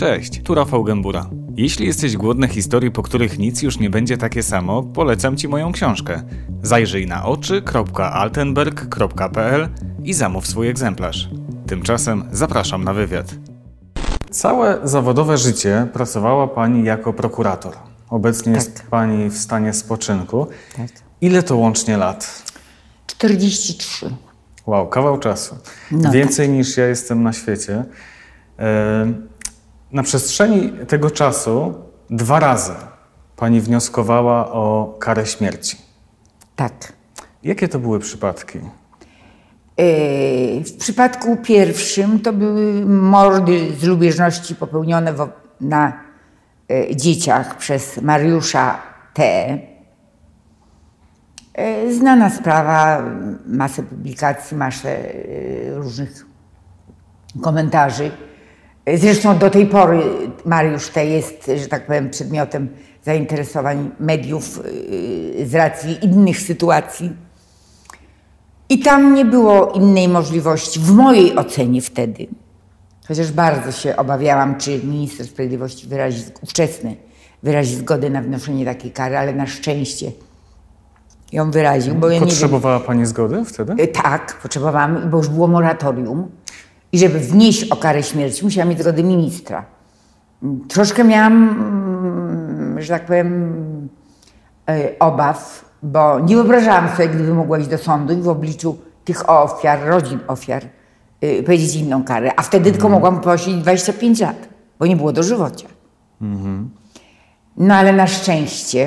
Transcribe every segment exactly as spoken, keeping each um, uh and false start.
Cześć, tu Rafał Gębura. Jeśli jesteś głodny historii, po których nic już nie będzie takie samo, polecam Ci moją książkę. Zajrzyj na oczy kropka altenberg kropka p l i zamów swój egzemplarz. Tymczasem zapraszam na wywiad. Całe zawodowe życie pracowała Pani jako prokurator. Obecnie Tak. jest Pani w stanie spoczynku. Tak. Ile to łącznie lat? czterdzieści trzy. Wow, kawał czasu. No Więcej niż ja jestem na świecie. E, na przestrzeni tego czasu dwa razy Pani wnioskowała o karę śmierci. Tak. Jakie to były przypadki? Yy, w przypadku pierwszym to były mordy z lubieżności popełnione wo- na yy, dzieciach przez Mariusza T. Yy, znana sprawa, masę publikacji, masę yy, różnych komentarzy. Yy, Zresztą do tej pory Mariusz T. jest, że tak powiem, przedmiotem zainteresowań mediów yy, z racji innych sytuacji. I tam nie było innej możliwości, w mojej ocenie wtedy, chociaż bardzo się obawiałam, czy minister sprawiedliwości wyrazi, ówczesny wyrazi zgodę na wnoszenie takiej kary, ale na szczęście ją wyraził. Bo ja Potrzebowała nie wiem, Pani zgody wtedy? tak, potrzebowałam, bo już było moratorium i żeby wnieść o karę śmierci, musiałam mieć zgodę ministra. Troszkę miałam, że tak powiem, obaw, bo nie wyobrażałam sobie, gdyby mogła iść do sądu i w obliczu tych ofiar, rodzin ofiar, yy, powiedzieć inną karę. A wtedy mm. tylko mogłam prosić dwadzieścia pięć lat, bo nie było dożywocia. Mm-hmm. No ale na szczęście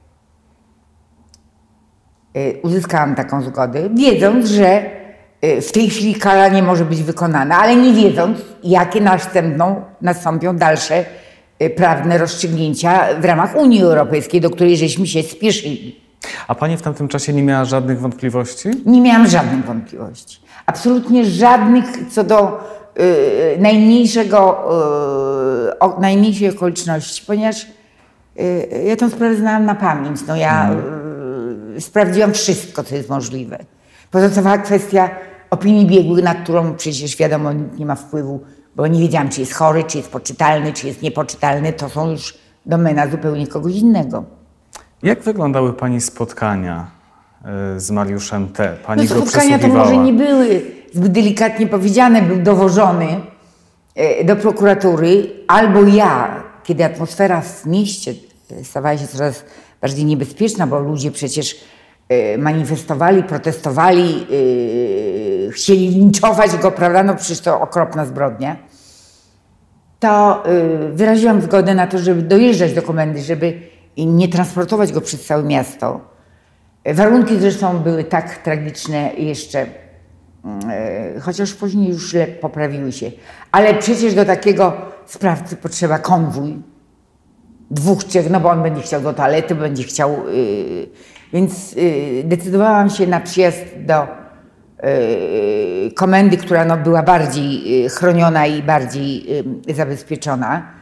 yy, uzyskałam taką zgodę, wiedząc, że yy, w tej chwili kara nie może być wykonana, ale nie wiedząc, jakie następną, nastąpią dalsze yy, prawne rozstrzygnięcia w ramach Unii Europejskiej, do której żeśmy się spieszyli. A Pani w tamtym czasie nie miała żadnych wątpliwości? Nie miałam żadnych wątpliwości. Absolutnie żadnych co do y, najmniejszego, y, o, najmniejszej okoliczności, ponieważ y, ja tę sprawę znałam na pamięć. No ja y, sprawdziłam wszystko, co jest możliwe. Pozostawała kwestia opinii biegłych, na którą przecież wiadomo nikt nie ma wpływu, bo nie wiedziałam, czy jest chory, czy jest poczytalny, czy jest niepoczytalny. To są już domena zupełnie kogoś innego. Jak wyglądały Pani spotkania y, z Mariuszem T? Pani No, go spotkania to przesłuchiwała. może nie były zbyt delikatnie powiedziane, był dowożony y, do prokuratury, albo ja, kiedy atmosfera w mieście stawała się coraz bardziej niebezpieczna, bo ludzie przecież y, manifestowali, protestowali, y, chcieli linczować go, prawda, no przecież to okropna zbrodnia, to y, wyraziłam zgodę na to, żeby dojeżdżać do komendy, żeby i nie transportować go przez całe miasto. Warunki zresztą były tak tragiczne jeszcze, e, chociaż później już źle poprawiły się. Ale przecież do takiego sprawcy potrzeba konwój. Dwóch, trzech, no bo on będzie chciał do toalety, będzie chciał... Yy, więc yy, decydowałam się na przyjazd do yy, komendy, która no, była bardziej yy, chroniona i bardziej yy, zabezpieczona.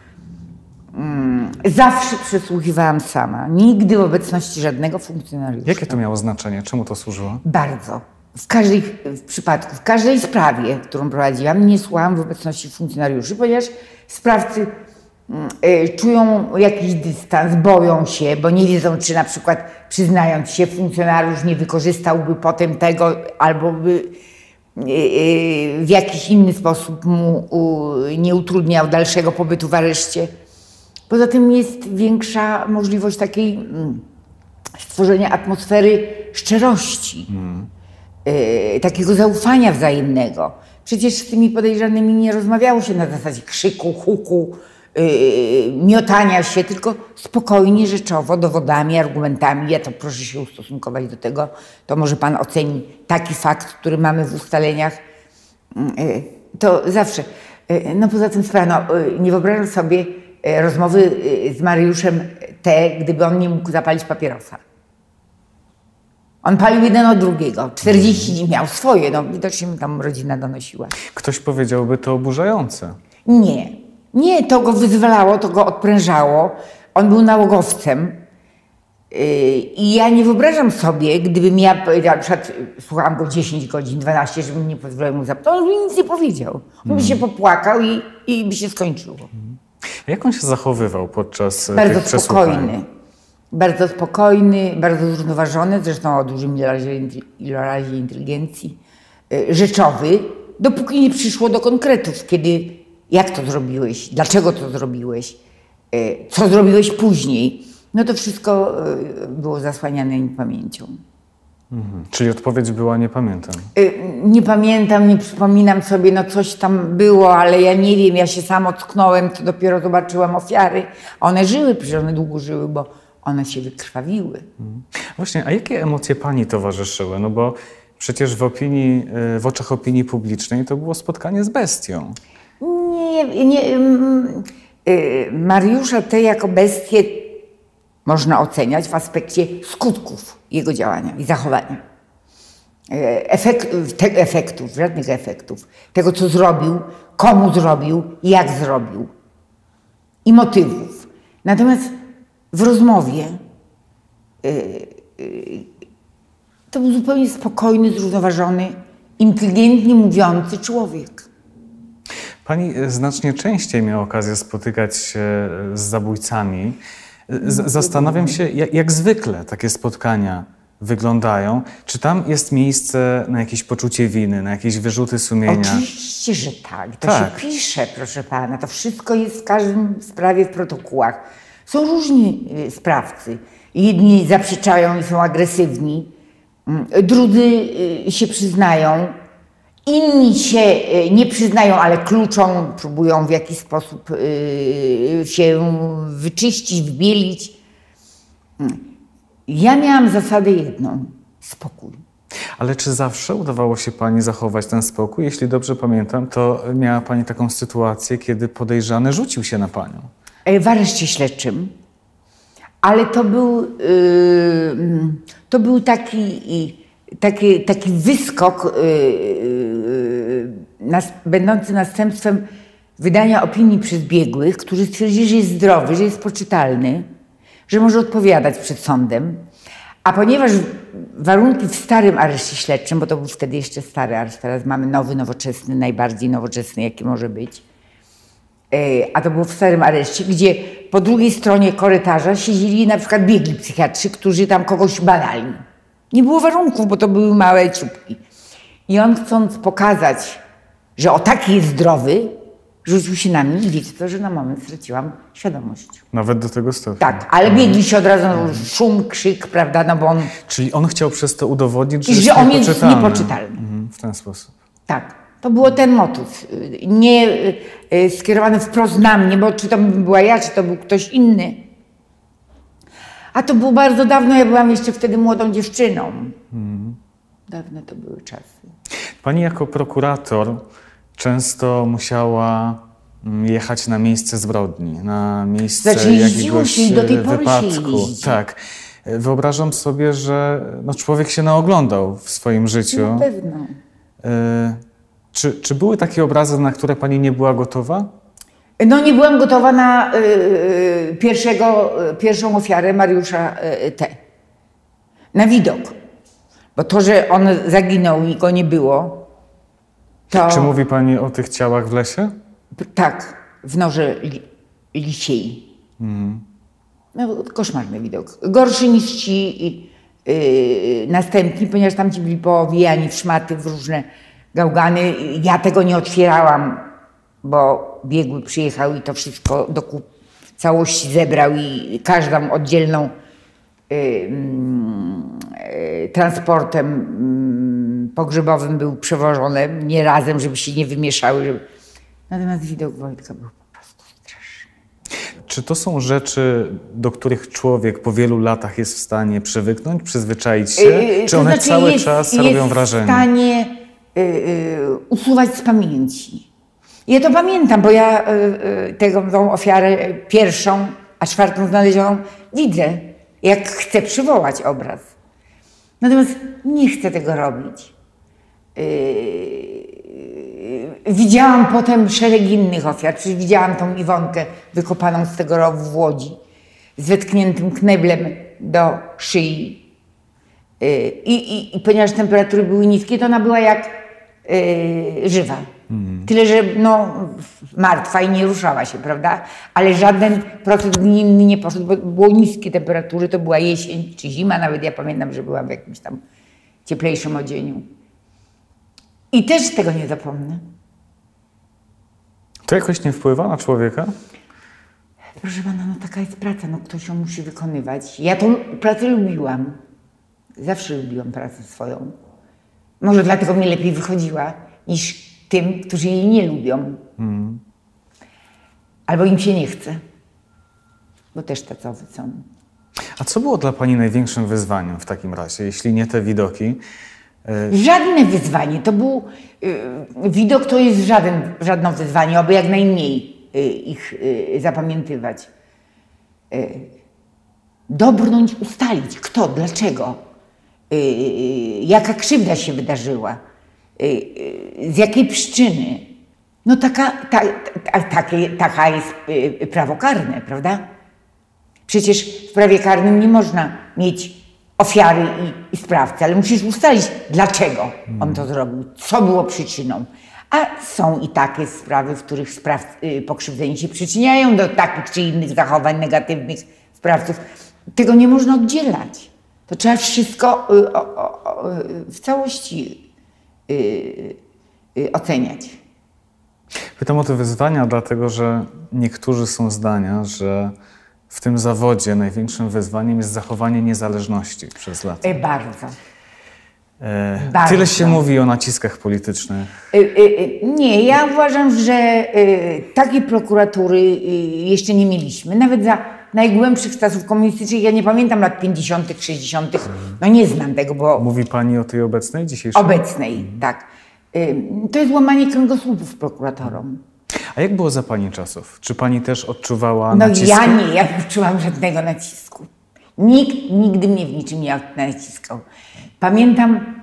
Zawsze przesłuchiwałam sama, nigdy w obecności żadnego funkcjonariusza. Jakie to miało znaczenie? Czemu to służyło? Bardzo. W każdej w przypadku, w każdej sprawie, którą prowadziłam, nie słuchałam w obecności funkcjonariuszy, ponieważ sprawcy y, czują jakiś dystans, boją się, bo nie wiedzą, czy na przykład przyznając się, funkcjonariusz nie wykorzystałby potem tego, albo by y, y, w jakiś inny sposób mu y, nie utrudniał dalszego pobytu w areszcie. Poza tym jest większa możliwość takiej mm, stworzenia atmosfery szczerości, mm. y, takiego zaufania wzajemnego. Przecież z tymi podejrzanymi nie rozmawiało się na zasadzie krzyku, huku, y, miotania się, tylko spokojnie, rzeczowo, dowodami, argumentami. Ja to proszę się ustosunkować do tego, to może pan oceni taki fakt, który mamy w ustaleniach. Y, to zawsze. Y, no poza tym sprawa, no, y, nie wyobrażam sobie rozmowy z Mariuszem T., gdyby on nie mógł zapalić papierosa. On palił jeden od drugiego. czterdzieści miał swoje, no widocznie mi tam rodzina donosiła. Ktoś powiedziałby to oburzające. Nie. Nie, to go wyzwalało, to go odprężało. On był nałogowcem. I ja nie wyobrażam sobie, gdybym ja powiedziała, na przykład słuchałam go dziesięć godzin, dwanaście, żebym nie pozwoliła mu zapytać, on mi nic nie powiedział. On by się popłakał i, i by się skończyło. Jak on się zachowywał podczas Bardzo tych przesłuchań? spokojny. Bardzo spokojny, bardzo zrównoważony, zresztą o dużym ilorazie, ilorazie inteligencji, rzeczowy, dopóki nie przyszło do konkretów, kiedy jak to zrobiłeś, dlaczego to zrobiłeś, co zrobiłeś później. No to wszystko było zasłaniane niepamięcią. Mhm. Czyli odpowiedź była nie pamiętam. Nie pamiętam, nie przypominam sobie, no coś tam było, ale ja nie wiem, ja się sam ocknąłem, to dopiero zobaczyłam ofiary. One żyły, przecież one długo żyły, bo one się wykrwawiły. Mhm. Właśnie, a jakie emocje pani towarzyszyły? No bo przecież w opinii, w oczach opinii publicznej to było spotkanie z bestią. Nie, nie, Mariusza T. jako bestię można oceniać w aspekcie skutków jego działania i zachowania. Efekt, te, efektów, żadnych efektów. Tego, co zrobił, komu zrobił, jak zrobił. I motywów. Natomiast w rozmowie yy, yy, to był zupełnie spokojny, zrównoważony, inteligentnie mówiący człowiek. Pani znacznie częściej miała okazję spotykać się z zabójcami. Z- zastanawiam się, jak, jak zwykle takie spotkania wyglądają. Czy tam jest miejsce na jakieś poczucie winy, na jakieś wyrzuty sumienia? Oczywiście, że tak. To Tak. się pisze, proszę pana. To wszystko jest w każdym sprawie w protokołach. Są różni y, sprawcy. Jedni zaprzeczają i są agresywni, mm, drudzy y, się przyznają, inni się y, nie przyznają, ale kluczą, próbują w jakiś sposób y, się wyczyścić, wbielić. Ja miałam zasadę jedną: spokój. Ale czy zawsze udawało się pani zachować ten spokój? Jeśli dobrze pamiętam, to miała pani taką sytuację, kiedy podejrzany rzucił się na panią. W areszcie śledczym, ale to był, yy, to był taki, taki, taki wyskok yy, yy, nas, będący następstwem wydania opinii przez biegłych, którzy stwierdzili, że jest zdrowy, że jest poczytalny, że może odpowiadać przed sądem. A ponieważ warunki w starym areszcie śledczym, bo to był wtedy jeszcze stary areszt, teraz mamy nowy, nowoczesny, najbardziej nowoczesny, jaki może być, a to było w starym areszcie, gdzie po drugiej stronie korytarza siedzieli na przykład biegli psychiatrzy, którzy tam kogoś badali. Nie było warunków, bo to były małe czubki. I on, chcąc pokazać, że o taki jest zdrowy, rzucił się na mnie i wiecie co, że na moment straciłam świadomość. Nawet do tego stopnia. Tak, ale biegli się od razu, szum, krzyk, prawda, no bo on... Czyli on chciał przez to udowodnić, że, I jest że on jest niepoczytalny. niepoczytalny. Mhm, w ten sposób. Tak, to było ten motyw. Nie y, skierowany wprost na mnie, bo czy to była ja, czy to był ktoś inny. A to było bardzo dawno, ja byłam jeszcze wtedy młodą dziewczyną. Hmm. Dawne to były czasy. Pani jako prokurator często musiała jechać na miejsce zbrodni, na miejsce Znaczy, jeździło jakiegoś się i do tej pory wypadku. się jeździ. Tak. Wyobrażam sobie, że no, człowiek się naoglądał w swoim życiu. Na pewno. Y, czy, czy były takie obrazy, na które pani nie była gotowa? No nie byłam gotowa na y, pierwszego, pierwszą ofiarę Mariusza y, T. Na widok. Bo to, że on zaginął i go nie było, to... Czy mówi pani o tych ciałach w lesie? Tak, w Norze li, Lisiej. Mm. No, koszmarny widok. Gorszy niż ci yy, następni, ponieważ tam ci byli powijani w szmaty, w różne gałgany. Ja tego nie otwierałam, bo biegły przyjechał i to wszystko do kup całości zebrał i każdą oddzielną yy, yy, transportem yy, pogrzebowym był przewożony, nie razem, żeby się nie wymieszały. Żeby... Natomiast widok Wojtka był po prostu straszny. Czy to są rzeczy, do których człowiek po wielu latach jest w stanie przywyknąć, przyzwyczaić się? Yy, Czy one to znaczy cały jest, czas jest robią wrażenie? jest w stanie yy, yy, usuwać z pamięci. Ja to pamiętam, bo ja yy, tego, tą ofiarę pierwszą, a czwartą znalezioną widzę, jak chcę przywołać obraz. Natomiast nie chcę tego robić. Yy, Widziałam potem szereg innych ofiar. Przecież widziałam tą Iwonkę wykopaną z tego rowu w Łodzi, z wetkniętym kneblem do szyi. I, i, i ponieważ temperatury były niskie, to ona była jak yy, żywa. Mm. Tyle, że no, martwa i nie ruszała się, prawda? Ale żaden proces inny nie poszedł, bo było niskie temperatury, to była jesień czy zima, nawet ja pamiętam, że była w jakimś tam cieplejszym odzieniu. I też tego nie zapomnę. To jakoś nie wpływa na człowieka? Proszę pana, no taka jest praca, no ktoś ją musi wykonywać. Ja tą pracę lubiłam. Zawsze lubiłam pracę swoją. Może dlatego mi lepiej wychodziła niż tym, którzy jej nie lubią. Mm. Albo im się nie chce. Bo też tacy są. A co było dla pani największym wyzwaniem w takim razie, jeśli nie te widoki? Żadne wyzwanie. To był... Yy, widok to jest żaden, żadne wyzwanie, aby jak najmniej yy, ich yy, zapamiętywać. Yy, dobrnąć, ustalić kto, dlaczego, yy, jaka krzywda się wydarzyła, yy, yy, z jakiej przyczyny. No taka, ta, ta, takie, taka jest yy, prawo karne, prawda? Przecież w prawie karnym nie można mieć ofiary i, i sprawcy, ale musisz ustalić, dlaczego on to zrobił, co było przyczyną. A są i takie sprawy, w których spraw, y, pokrzywdzeni się przyczyniają do takich czy innych zachowań negatywnych sprawców. Tego nie można oddzielać. To trzeba wszystko y, o, o, y, w całości y, y, oceniać. Pytam o te wyzwania, dlatego że niektórzy są zdania, że w tym zawodzie największym wyzwaniem jest zachowanie niezależności przez lata. E, bardzo. E, bardzo. Tyle się mówi o naciskach politycznych. E, e, nie, ja uważam, że e, takiej prokuratury e, jeszcze nie mieliśmy. Nawet za najgłębszych czasów komunistycznych, ja nie pamiętam lat pięćdziesiątych, sześćdziesiątych, no nie znam tego, bo... Mówi pani o tej obecnej, dzisiejszej? Obecnej, tak. E, to jest łamanie kręgosłupów prokuratorom. A jak było za pani czasów? Czy pani też odczuwała no nacisk? No ja nie, ja nie odczułam żadnego nacisku. Nikt nigdy mnie w niczym nie naciskał. Pamiętam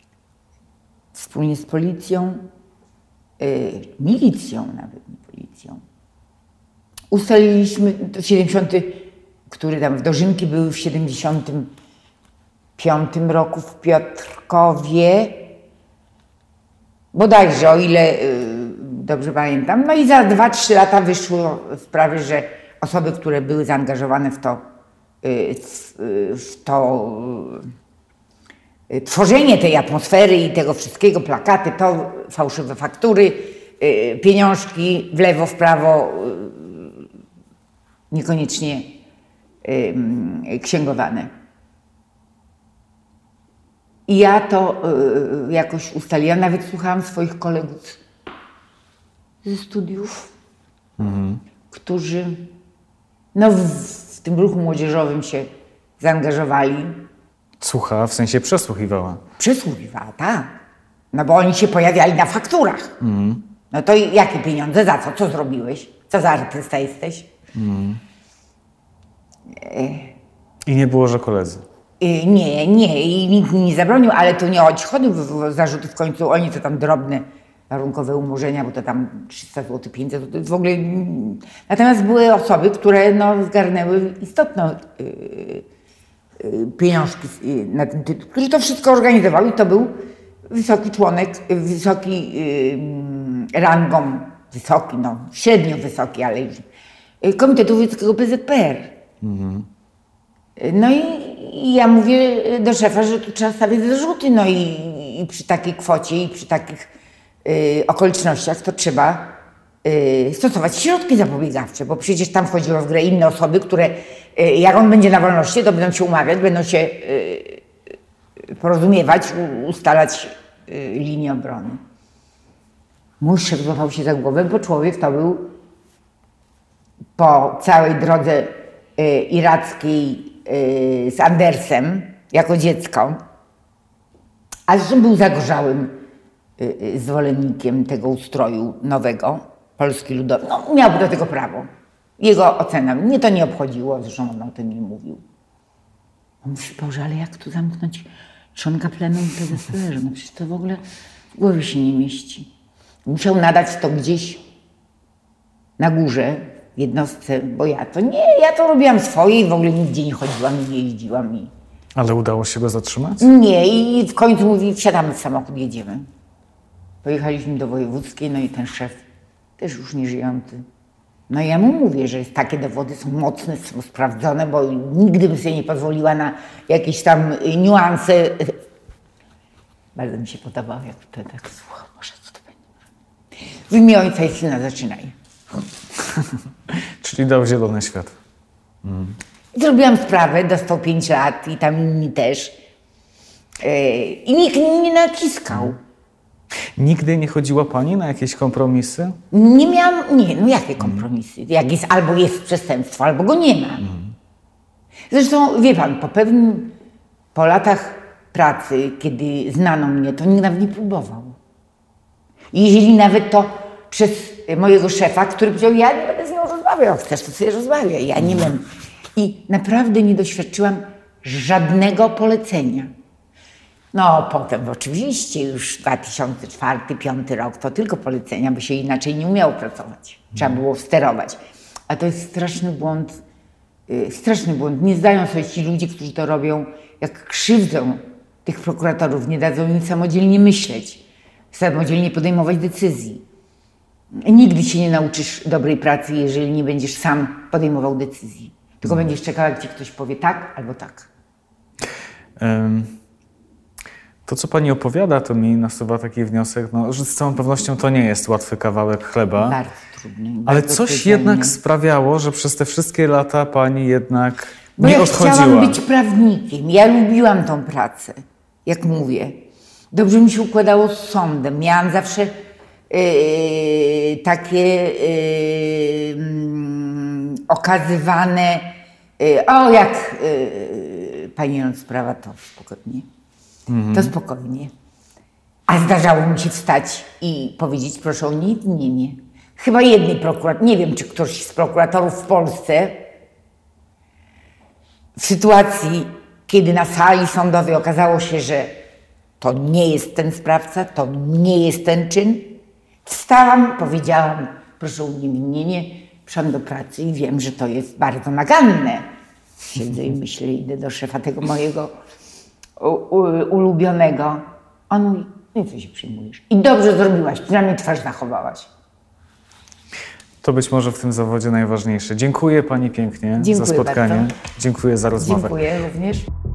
wspólnie z policją, yy, milicją nawet, nie policją, ustaliliśmy, to siedemdziesiąty, który tam w Dożynki były w siedemdziesiątym piątym roku w Piotrkowie, bodajże, o ile yy, dobrze pamiętam. No i za dwa, trzy lata wyszło sprawy, że osoby, które były zaangażowane w to, w to tworzenie tej atmosfery i tego wszystkiego, plakaty, to fałszywe faktury, pieniążki w lewo, w prawo, niekoniecznie księgowane. I ja to jakoś ustaliłam, nawet słuchałam swoich kolegów ze studiów, mhm. którzy no, w, w tym ruchu młodzieżowym się zaangażowali. Słuchała, w sensie przesłuchiwała? Przesłuchiwała, tak. No bo oni się pojawiali na fakturach. Mhm. No to jakie pieniądze? Za co? Co zrobiłeś? Co za artysta jesteś? Mhm. I nie było, że koledzy? Nie, nie. I nikt mi nie zabronił, ale to nie chodzi o zarzuty w końcu. Oni to tam drobne warunkowe umorzenia, bo to tam trzysta złotych, pięćset złotych, to w ogóle... Natomiast były osoby, które no, zgarnęły istotno yy, yy, pieniążki yy, na tym tytuł, którzy to wszystko organizowali. To był wysoki członek, wysoki yy, rangą, wysoki, no średnio wysoki, ale już, yy, Komitetu Wojewódzkiego P Z P R. Mhm. No i, i ja mówię do szefa, że tu trzeba stawiać zarzuty, no i, i przy takiej kwocie i przy takich Yy, okolicznościach, to trzeba yy, stosować środki zapobiegawcze, bo przecież tam wchodziło w grę inne osoby, które yy, jak on będzie na wolności, to będą się umawiać, będą się yy, porozumiewać, u, ustalać yy, linię obrony. Mój szef złapał się za głowę, bo człowiek to był po całej drodze yy, irackiej yy, z Andersem, jako dziecko, a zresztą był zagorzałym zwolennikiem tego ustroju nowego, Polski Ludowej. No, miałby do tego prawo. Jego ocena. Mnie to nie obchodziło, zresztą on o tym nie mówił. On mówi, Boże, ale jak tu zamknąć członka plenum P Z P R? No przecież to w ogóle w głowie się nie mieści. Musiał nadać to gdzieś na górze, w jednostce, bo ja to nie, ja to robiłam swoje i w ogóle nigdzie nie chodziłam, nie jeździłam. I... Ale udało się go zatrzymać? Nie, i w końcu mówi, wsiadamy w samochód, jedziemy. Pojechaliśmy do wojewódzkiej, no i ten szef, też już nieżyjący. No i ja mu mówię, że takie dowody są mocne, są sprawdzone, bo nigdy bym sobie nie pozwoliła na jakieś tam niuanse. Bardzo mi się podobało, jak wtedy tak słuchał, Boże, co to będzie. W imię Ojca i Syna zaczynaj. Czyli dał zielone światło. Mm. Zrobiłam sprawę, dostał pięć lat i tam inni też. Yy, I nikt mnie nie naciskał. Nigdy nie chodziła pani na jakieś kompromisy? Nie miałam, nie, no jakie kompromisy? Jak jest, albo jest przestępstwo, albo go nie ma. Zresztą, wie pan, po pewnym, po latach pracy, kiedy znano mnie, to nikt nawet nie próbował. I jeżeli nawet to przez mojego szefa, który powiedział, ja nie będę z nią rozmawiał, chcesz, to sobie rozmawiaj, ja nie wiem. I naprawdę nie doświadczyłam żadnego polecenia. No potem oczywiście już dwa tysiące czwarty, piąty rok to tylko polecenia, bo się inaczej nie umiało pracować. Trzeba było sterować. A to jest straszny błąd, yy, straszny błąd. Nie zdają sobie ci ludzie, którzy to robią, jak krzywdzą tych prokuratorów, nie dadzą im samodzielnie myśleć, samodzielnie podejmować decyzji. Nigdy się nie nauczysz dobrej pracy, jeżeli nie będziesz sam podejmował decyzji. Tylko hmm. będziesz czekał, jak ci ktoś powie tak albo tak. Um. To, co pani opowiada, to mi nasuwa taki wniosek, no, że z całą pewnością to nie jest łatwy kawałek chleba. Bardzo trudny. Ale bardzo coś trudny. jednak sprawiało, że przez te wszystkie lata pani jednak Bo nie ja odchodziła. chciałam być prawnikiem. Ja lubiłam tą pracę, jak mówię. Dobrze mi się układało z sądem. Miałam zawsze yy, takie yy, yy, okazywane, yy, o jak yy, pani ją sprawa, to spokojnie. Mhm. To spokojnie. A zdarzało mi się wstać i powiedzieć, proszę o uniewinnienie. Chyba jednej prokurator, nie wiem, czy ktoś z prokuratorów w Polsce w sytuacji, kiedy na sali sądowej okazało się, że to nie jest ten sprawca, to nie jest ten czyn, wstałam, powiedziałam, proszę o uniewinnienie, przyszłam do pracy i wiem, że to jest bardzo naganne. Siedzę i myślę, idę do szefa tego mojego U, u, ulubionego. On mówi, no i co się przyjmujesz? I dobrze zrobiłaś, przynajmniej twarz zachowałaś. To być może w tym zawodzie najważniejsze. Dziękuję pani pięknie Dziękuję za spotkanie. bardzo. Dziękuję za rozmowę. Dziękuję również.